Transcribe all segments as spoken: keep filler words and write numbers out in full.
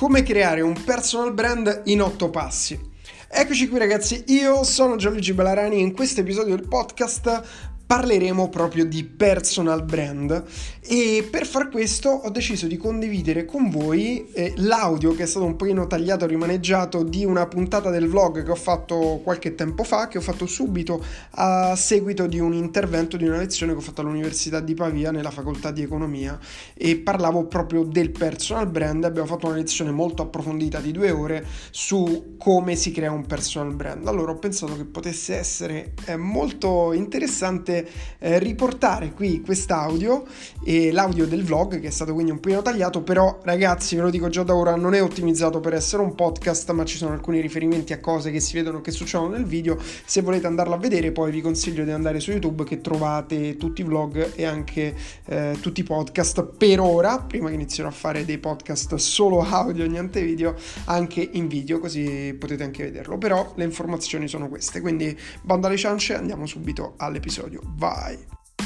come creare un personal brand in otto passi. Eccoci qui ragazzi, io sono Gianluigi Ballarani e in questo episodio del podcast parleremo proprio di personal brand e per far questo ho deciso di condividere con voi eh, l'audio che è stato un pochino tagliato, rimaneggiato di una puntata del vlog che ho fatto qualche tempo fa, che ho fatto subito a seguito di un intervento, di una lezione che ho fatto all'Università di Pavia nella facoltà di economia e parlavo proprio del personal brand. Abbiamo fatto una lezione molto approfondita di due ore su come si crea un personal brand. Allora ho pensato che potesse essere eh, molto interessante Eh, riportare qui quest'audio e l'audio del vlog, che è stato quindi un pochino tagliato, però ragazzi ve lo dico già da ora, non è ottimizzato per essere un podcast, ma ci sono alcuni riferimenti a cose che si vedono, che succedono nel video. Se volete andarlo a vedere poi vi consiglio di andare su YouTube, che trovate tutti i vlog e anche eh, tutti i podcast per ora, prima che inizierò a fare dei podcast solo audio, niente video, anche in video, così potete anche vederlo. Però le informazioni sono queste, quindi bando alle ciance, andiamo subito all'episodio. Vai!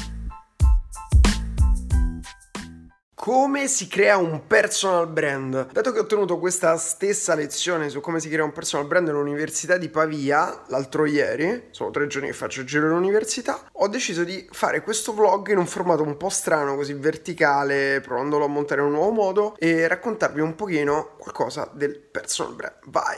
Come si crea un personal brand? Dato che ho tenuto questa stessa lezione su come si crea un personal brand all'Università di Pavia l'altro ieri, sono tre giorni che faccio il giro all'università, ho deciso di fare questo vlog in un formato un po' strano, così verticale, provandolo a montare in un nuovo modo e raccontarvi un pochino qualcosa del personal brand. Vai!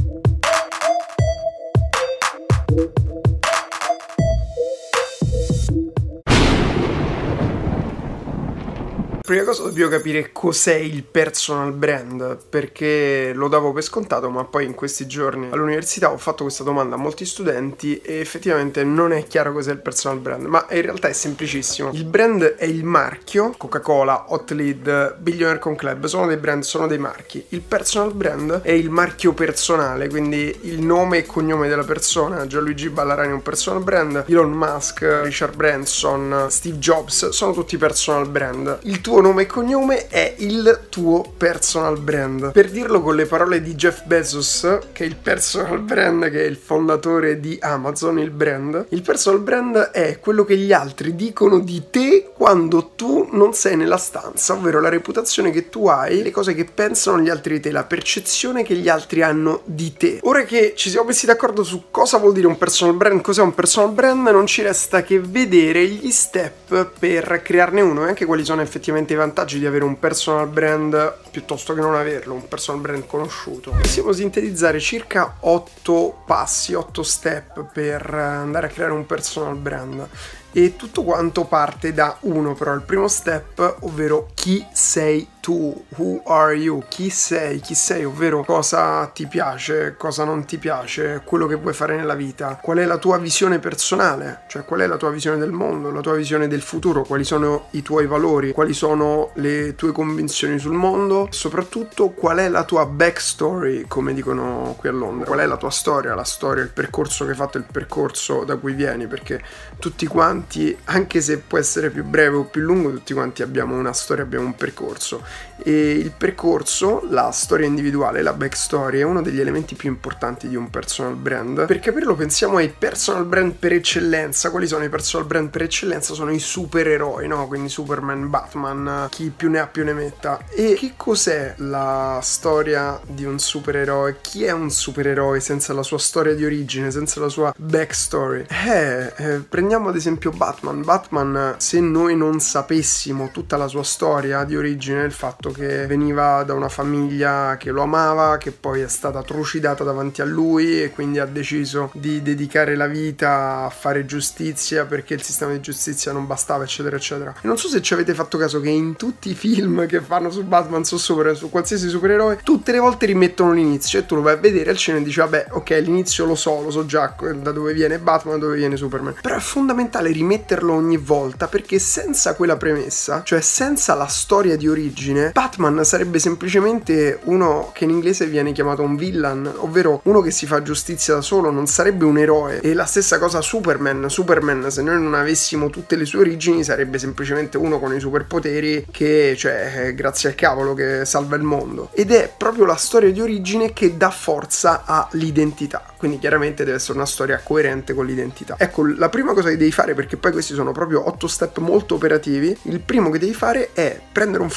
Prima cosa dobbiamo capire cos'è il personal brand, perché lo davo per scontato, ma poi in questi giorni all'università ho fatto questa domanda a molti studenti e effettivamente non è chiaro cos'è il personal brand, ma in realtà è semplicissimo. Il brand è il marchio. Coca-Cola, Oatly, Billionaire Con Club sono dei brand, sono dei marchi. Il personal brand è il marchio personale, quindi il nome e cognome della persona. Gianluigi Ballarani è un personal brand, Elon Musk, Richard Branson, Steve Jobs sono tutti personal brand. Il tuo nome e cognome è il tuo personal brand. Per dirlo con le parole di Jeff Bezos, che è il personal brand, che è il fondatore di Amazon, il brand, il personal brand è quello che gli altri dicono di te quando tu non sei nella stanza, ovvero la reputazione che tu hai, le cose che pensano gli altri di te, la percezione che gli altri hanno di te. Ora che ci siamo messi d'accordo su cosa vuol dire un personal brand, cos'è un personal brand, non ci resta che vedere gli step per crearne uno e anche quali sono effettivamente i vantaggi di avere un personal brand piuttosto che non averlo, un personal brand conosciuto. Possiamo sintetizzare circa otto passi, otto step per andare a creare un personal brand. E tutto quanto parte da uno, però il primo step, ovvero chi sei tu, who are you, chi sei, chi sei, ovvero cosa ti piace, cosa non ti piace, quello che vuoi fare nella vita, qual è la tua visione personale, cioè qual è la tua visione del mondo, la tua visione del futuro, quali sono i tuoi valori, quali sono le tue convinzioni sul mondo, soprattutto qual è la tua backstory, come dicono qui a Londra, qual è la tua storia, la storia, il percorso che hai fatto, il percorso da cui vieni, perché tutti quanti, anche se può essere più breve o più lungo, tutti quanti abbiamo una storia, abbiamo un percorso e il percorso, la storia individuale, la backstory è uno degli elementi più importanti di un personal brand. Per capirlo pensiamo ai personal brand per eccellenza. Quali sono i personal brand per eccellenza? Sono i supereroi, no? Quindi Superman, Batman, chi più ne ha più ne metta. E che cos'è la storia di un supereroe? Chi è un supereroe senza la sua storia di origine, senza la sua backstory? Eh, eh prendiamo ad esempio Batman. Batman, se noi non sapessimo tutta la sua storia di origine, il fatto che veniva da una famiglia che lo amava, che poi è stata trucidata davanti a lui e quindi ha deciso di dedicare la vita a fare giustizia perché il sistema di giustizia non bastava, eccetera eccetera. E non so se ci avete fatto caso che in tutti i film che fanno su Batman, su Super, su qualsiasi supereroe, tutte le volte rimettono l'inizio e tu lo vai a vedere al cinema e dici vabbè, ok, l'inizio lo so, lo so già da dove viene Batman, da dove viene Superman, però è fondamentale rimetterlo ogni volta, perché senza quella premessa, cioè senza la storia di origine, Batman sarebbe semplicemente uno che in inglese viene chiamato un villain, ovvero uno che si fa giustizia da solo, non sarebbe un eroe. E la stessa cosa Superman. Superman, se noi non avessimo tutte le sue origini, sarebbe semplicemente uno con i superpoteri che, cioè, grazie al cavolo, che salva il mondo. Ed è proprio la storia di origine che dà forza all'identità. Quindi chiaramente deve essere una storia coerente con l'identità. Ecco, la prima cosa che devi fare, perché poi questi sono proprio otto step molto operativi, il primo che devi fare è prendere un foglio carta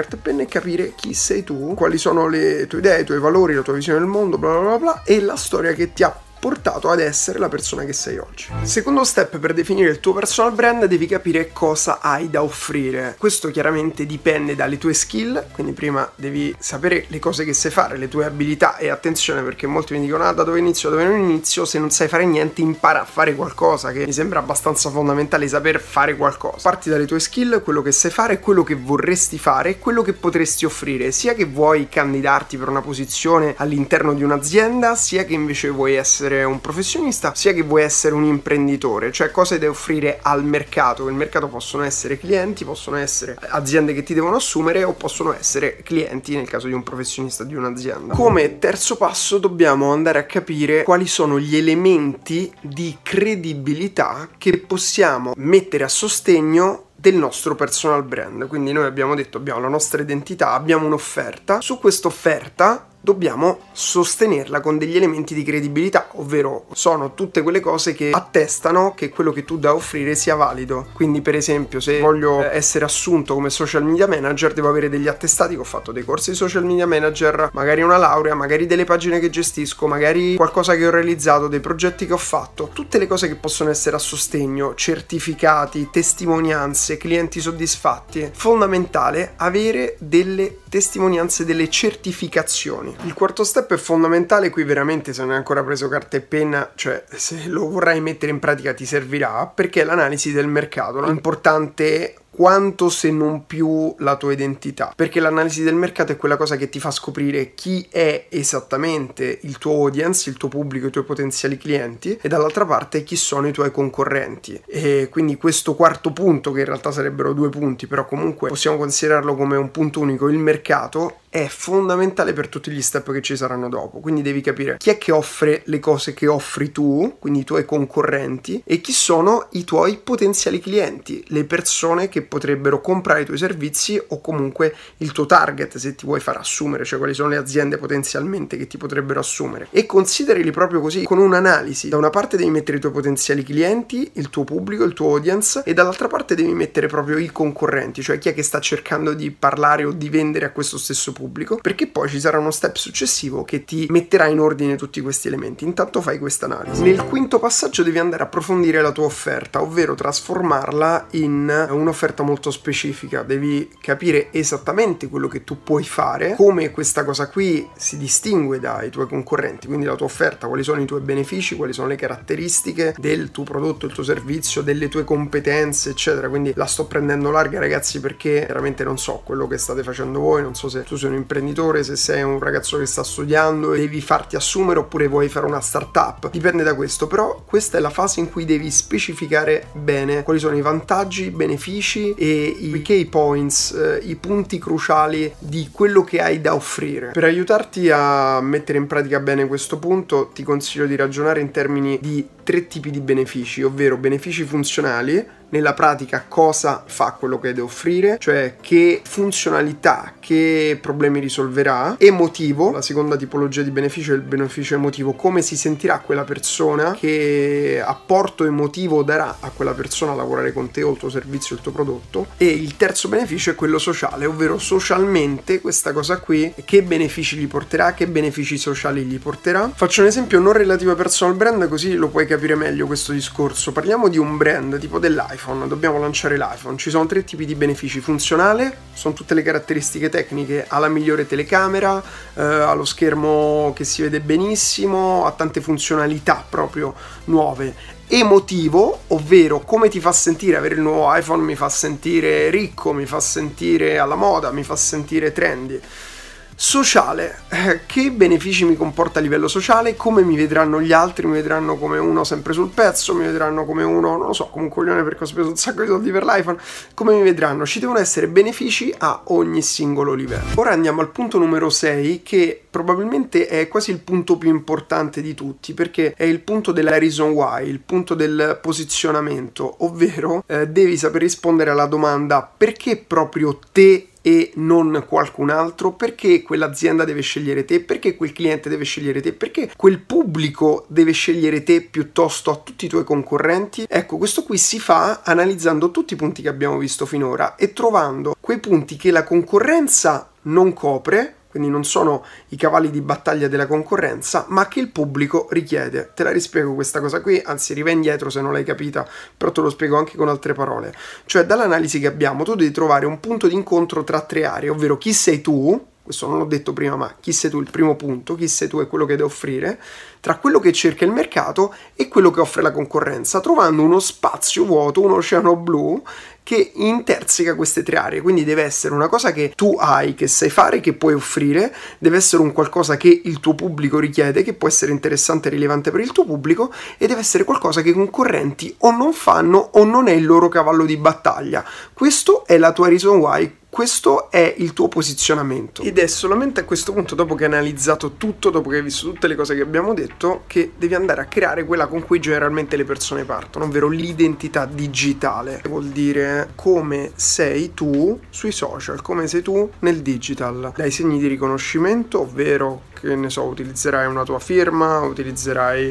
carta e penna e capire chi sei tu, quali sono le tue idee, i tuoi valori, la tua visione del mondo, bla bla bla bla, e la storia che ti ha portato ad essere la persona che sei oggi. Secondo step per definire il tuo personal brand: devi capire cosa hai da offrire. Questo chiaramente dipende dalle tue skill, quindi prima devi sapere le cose che sai fare, le tue abilità, e attenzione perché molti mi dicono ah, da dove inizio, da dove non inizio. Se non sai fare niente, impara a fare qualcosa, che mi sembra abbastanza fondamentale saper fare qualcosa. Parti dalle tue skill, quello che sai fare, quello che vorresti fare, quello che potresti offrire, sia che vuoi candidarti per una posizione all'interno di un'azienda, sia che invece vuoi essere un professionista, sia che vuoi essere un imprenditore, cioè cosa hai da offrire al mercato. Il mercato possono essere clienti, possono essere aziende che ti devono assumere, o possono essere clienti nel caso di un professionista di un'azienda. Come terzo passo dobbiamo andare a capire quali sono gli elementi di credibilità che possiamo mettere a sostegno del nostro personal brand. Quindi noi abbiamo detto abbiamo la nostra identità, abbiamo un'offerta, su questa offerta dobbiamo sostenerla con degli elementi di credibilità, ovvero sono tutte quelle cose che attestano che quello che tu da offrire sia valido. Quindi per esempio se voglio essere assunto come social media manager devo avere degli attestati che ho fatto dei corsi di social media manager, magari una laurea, magari delle pagine che gestisco, magari qualcosa che ho realizzato, dei progetti che ho fatto, tutte le cose che possono essere a sostegno, certificati, testimonianze, clienti soddisfatti. Fondamentale avere delle testimonianze, delle certificazioni. Il quarto step è fondamentale, qui veramente se non hai ancora preso carta e penna, cioè se lo vorrai mettere in pratica ti servirà, perché è l'analisi del mercato. L'importante quanto se non più la tua identità, perché l'analisi del mercato è quella cosa che ti fa scoprire chi è esattamente il tuo audience, il tuo pubblico, i tuoi potenziali clienti, e dall'altra parte chi sono i tuoi concorrenti. E quindi questo quarto punto, che in realtà sarebbero due punti, però comunque possiamo considerarlo come un punto unico, il mercato, è fondamentale per tutti gli step che ci saranno dopo. Quindi devi capire chi è che offre le cose che offri tu, quindi i tuoi concorrenti, e chi sono i tuoi potenziali clienti, le persone che potrebbero comprare i tuoi servizi, o comunque il tuo target se ti vuoi far assumere, cioè quali sono le aziende potenzialmente che ti potrebbero assumere, e considerali proprio così, con un'analisi. Da una parte devi mettere i tuoi potenziali clienti, il tuo pubblico, il tuo audience, e dall'altra parte devi mettere proprio i concorrenti, cioè chi è che sta cercando di parlare o di vendere a questo stesso pubblico, perché poi ci sarà uno step successivo che ti metterà in ordine tutti questi elementi. Intanto fai questa analisi. Nel quinto passaggio devi andare a approfondire la tua offerta, ovvero trasformarla in un'offerta molto specifica. Devi capire esattamente quello che tu puoi fare, come questa cosa qui si distingue dai tuoi concorrenti, quindi la tua offerta, quali sono i tuoi benefici, quali sono le caratteristiche del tuo prodotto, il tuo servizio, delle tue competenze, eccetera. Quindi la sto prendendo larga, ragazzi, perché veramente non so quello che state facendo voi, non so se tu sei un imprenditore, se sei un ragazzo che sta studiando e devi farti assumere, oppure vuoi fare una startup, dipende da questo. Però questa è la fase in cui devi specificare bene quali sono i vantaggi, i benefici e i key points, eh, i punti cruciali di quello che hai da offrire. Per aiutarti a mettere in pratica bene questo punto ti consiglio di ragionare in termini di tre tipi di benefici, ovvero benefici funzionali. Nella pratica cosa fa quello che hai da offrire, cioè che funzionalità, che problemi risolverà. Emotivo, la seconda tipologia di beneficio è il beneficio emotivo, come si sentirà quella persona, che apporto emotivo darà a quella persona a lavorare con te o il tuo servizio, il tuo prodotto. E il terzo beneficio è quello sociale, ovvero socialmente questa cosa qui che benefici gli porterà, che benefici sociali gli porterà. Faccio un esempio non relativo ai personal brand, così lo puoi capire meglio questo discorso. Parliamo di un brand tipo dell'iPhone. Dobbiamo lanciare l'iPhone, ci sono tre tipi di benefici. Funzionale, sono tutte le caratteristiche tecniche, ha la migliore telecamera, eh, ha lo schermo che si vede benissimo, ha tante funzionalità proprio nuove. Emotivo, ovvero come ti fa sentire avere il nuovo iPhone, mi fa sentire ricco, mi fa sentire alla moda, mi fa sentire trendy. Sociale, eh, che benefici mi comporta a livello sociale, come mi vedranno gli altri, mi vedranno come uno sempre sul pezzo, mi vedranno come uno, non lo so, come un coglione perché ho speso un sacco di soldi per l'iPhone, come mi vedranno? Ci devono essere benefici a ogni singolo livello. Ora andiamo al punto numero sei, che probabilmente è quasi il punto più importante di tutti, perché è il punto della reason why, il punto del posizionamento, ovvero eh, devi saper rispondere alla domanda: perché proprio te e non qualcun altro, perché quell'azienda deve scegliere te, perché quel cliente deve scegliere te, perché quel pubblico deve scegliere te piuttosto a tutti i tuoi concorrenti. Ecco, questo qui si fa analizzando tutti i punti che abbiamo visto finora e trovando quei punti che la concorrenza non copre, quindi non sono i cavalli di battaglia della concorrenza, ma che il pubblico richiede. Te la rispiego questa cosa qui, anzi rivai indietro se non l'hai capita, però te lo spiego anche con altre parole. Cioè, dall'analisi che abbiamo tu devi trovare un punto di incontro tra tre aree, ovvero chi sei tu, questo non l'ho detto prima, ma chi sei tu, il primo punto, chi sei tu è quello che devi offrire, tra quello che cerca il mercato e quello che offre la concorrenza, trovando uno spazio vuoto, un oceano blu che interseca queste tre aree. Quindi deve essere una cosa che tu hai, che sai fare, che puoi offrire, deve essere un qualcosa che il tuo pubblico richiede, che può essere interessante e rilevante per il tuo pubblico, e deve essere qualcosa che i concorrenti o non fanno o non è il loro cavallo di battaglia. Questo è la tua reason why. Questo è il tuo posizionamento ed è solamente a questo punto, dopo che hai analizzato tutto, dopo che hai visto tutte le cose che abbiamo detto, che devi andare a creare quella con cui generalmente le persone partono, ovvero l'identità digitale. Vuol dire come sei tu sui social, come sei tu nel digital. Dai segni di riconoscimento, ovvero, che ne so, utilizzerai una tua firma, utilizzerai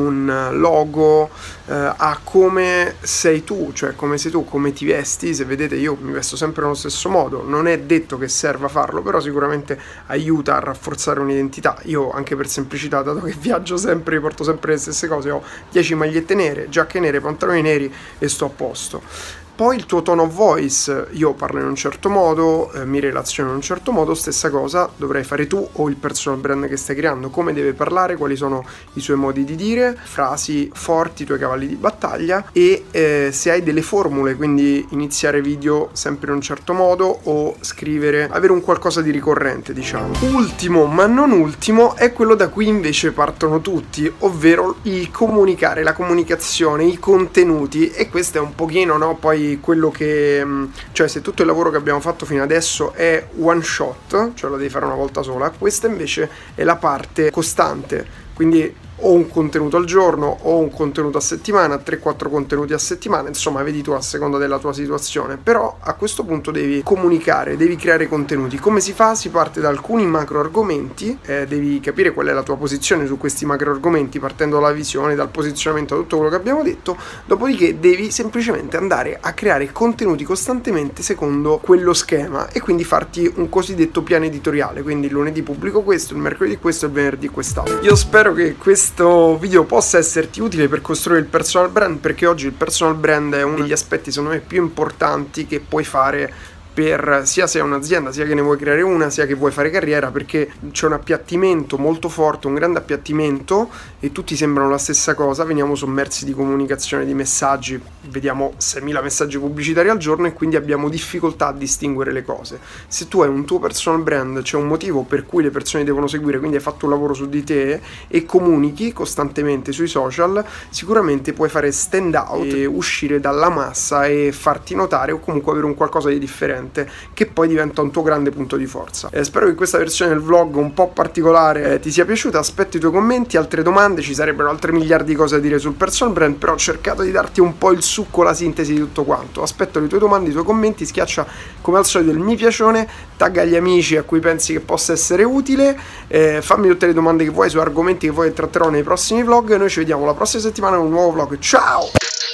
un logo, eh, a come sei tu, cioè come sei tu, come ti vesti. Se vedete, io mi vesto sempre nello stesso modo, non è detto che serva farlo, però sicuramente aiuta a rafforzare un'identità. Io, anche per semplicità, dato che viaggio sempre, riporto sempre le stesse cose, ho dieci magliette nere, giacche nere, pantaloni neri e sto a posto. Poi il tuo tone of voice, io parlo in un certo modo, eh, mi relaziono in un certo modo, stessa cosa dovrai fare tu o il personal brand che stai creando, come deve parlare, quali sono i suoi modi di dire, frasi forti, i tuoi cavalli di battaglia, e eh, se hai delle formule, quindi iniziare video sempre in un certo modo o scrivere, avere un qualcosa di ricorrente, diciamo. Ultimo ma non ultimo è quello da cui invece partono tutti, ovvero il comunicare, la comunicazione, i contenuti, e questo è un pochino, no, poi quello che, cioè, se tutto il lavoro che abbiamo fatto fino adesso è one shot, cioè lo devi fare una volta sola, questa invece è la parte costante, quindi o un contenuto al giorno o un contenuto a settimana, tre quattro contenuti a settimana, insomma vedi tu a seconda della tua situazione. Però a questo punto devi comunicare, devi creare contenuti. Come si fa? Si parte da alcuni macro argomenti, eh, devi capire qual è la tua posizione su questi macro argomenti, partendo dalla visione, dal posizionamento, da tutto quello che abbiamo detto. Dopodiché devi semplicemente andare a creare contenuti costantemente secondo quello schema e quindi farti un cosiddetto piano editoriale, quindi il lunedì pubblico questo, il mercoledì questo e il venerdì quest'altro. Io spero che questo Questo video possa esserti utile per costruire il personal brand, perché oggi il personal brand è uno degli aspetti secondo me più importanti che puoi fare per sia se è un'azienda, sia che ne vuoi creare una, sia che vuoi fare carriera, perché c'è un appiattimento molto forte, un grande appiattimento, e tutti sembrano la stessa cosa. Veniamo sommersi di comunicazione, di messaggi, vediamo seimila messaggi pubblicitari al giorno e quindi abbiamo difficoltà a distinguere le cose. Se tu hai un tuo personal brand, c'è un motivo per cui le persone devono seguire, quindi hai fatto un lavoro su di te e comunichi costantemente sui social, sicuramente puoi fare stand out e uscire dalla massa e farti notare, o comunque avere un qualcosa di differente che poi diventa un tuo grande punto di forza. Eh, spero che questa versione del vlog un po' particolare eh, ti sia piaciuta. Aspetto i tuoi commenti, altre domande, ci sarebbero altre miliardi di cose da dire sul personal brand, però ho cercato di darti un po' il succo, la sintesi di tutto quanto. Aspetto le tue domande, i tuoi commenti, schiaccia come al solito il mi piacione, tagga gli amici a cui pensi che possa essere utile, eh, fammi tutte le domande che vuoi su argomenti che vuoi che tratterò nei prossimi vlog, e noi ci vediamo la prossima settimana in un nuovo vlog. Ciao!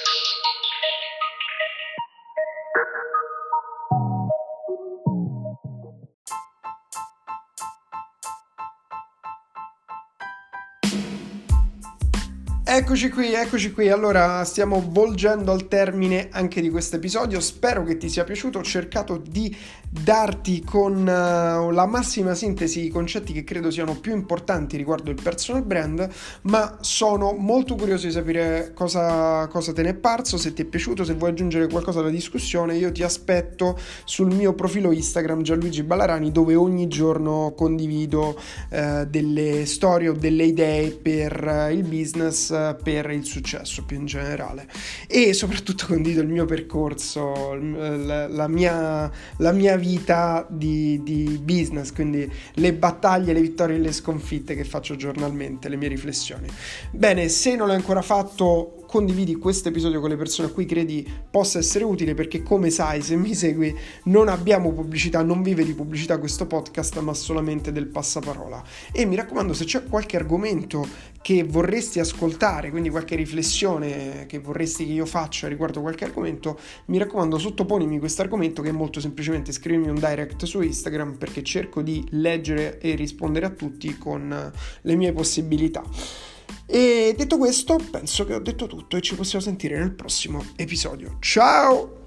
Eccoci qui, eccoci qui. Allora, stiamo volgendo al termine anche di questo episodio. Spero che ti sia piaciuto. Ho cercato di darti con uh, la massima sintesi i concetti che credo siano più importanti riguardo il personal brand, ma sono molto curioso di sapere cosa, cosa te ne è parso, se ti è piaciuto, se vuoi aggiungere qualcosa alla discussione. Io ti aspetto sul mio profilo Instagram Gianluigi Ballarani, dove ogni giorno condivido uh, delle storie o delle idee per uh, il business, per il successo più in generale, e soprattutto condivido il mio percorso, la, la mia la mia vita di, di business, quindi le battaglie, le vittorie e le sconfitte che faccio giornalmente, le mie riflessioni. Bene, se non l'hai ancora fatto, raccomando, condividi questo episodio con le persone a cui credi possa essere utile, perché come sai, se mi segui, non abbiamo pubblicità, non vive di pubblicità questo podcast, ma solamente del passaparola. E mi raccomando, se c'è qualche argomento che vorresti ascoltare, quindi qualche riflessione che vorresti che io faccia riguardo qualche argomento, mi raccomando, sottoponimi questo argomento, che è molto semplicemente scrivimi un direct su Instagram, perché cerco di leggere e rispondere a tutti con le mie possibilità. E detto questo, penso che ho detto tutto e ci possiamo sentire nel prossimo episodio. Ciao!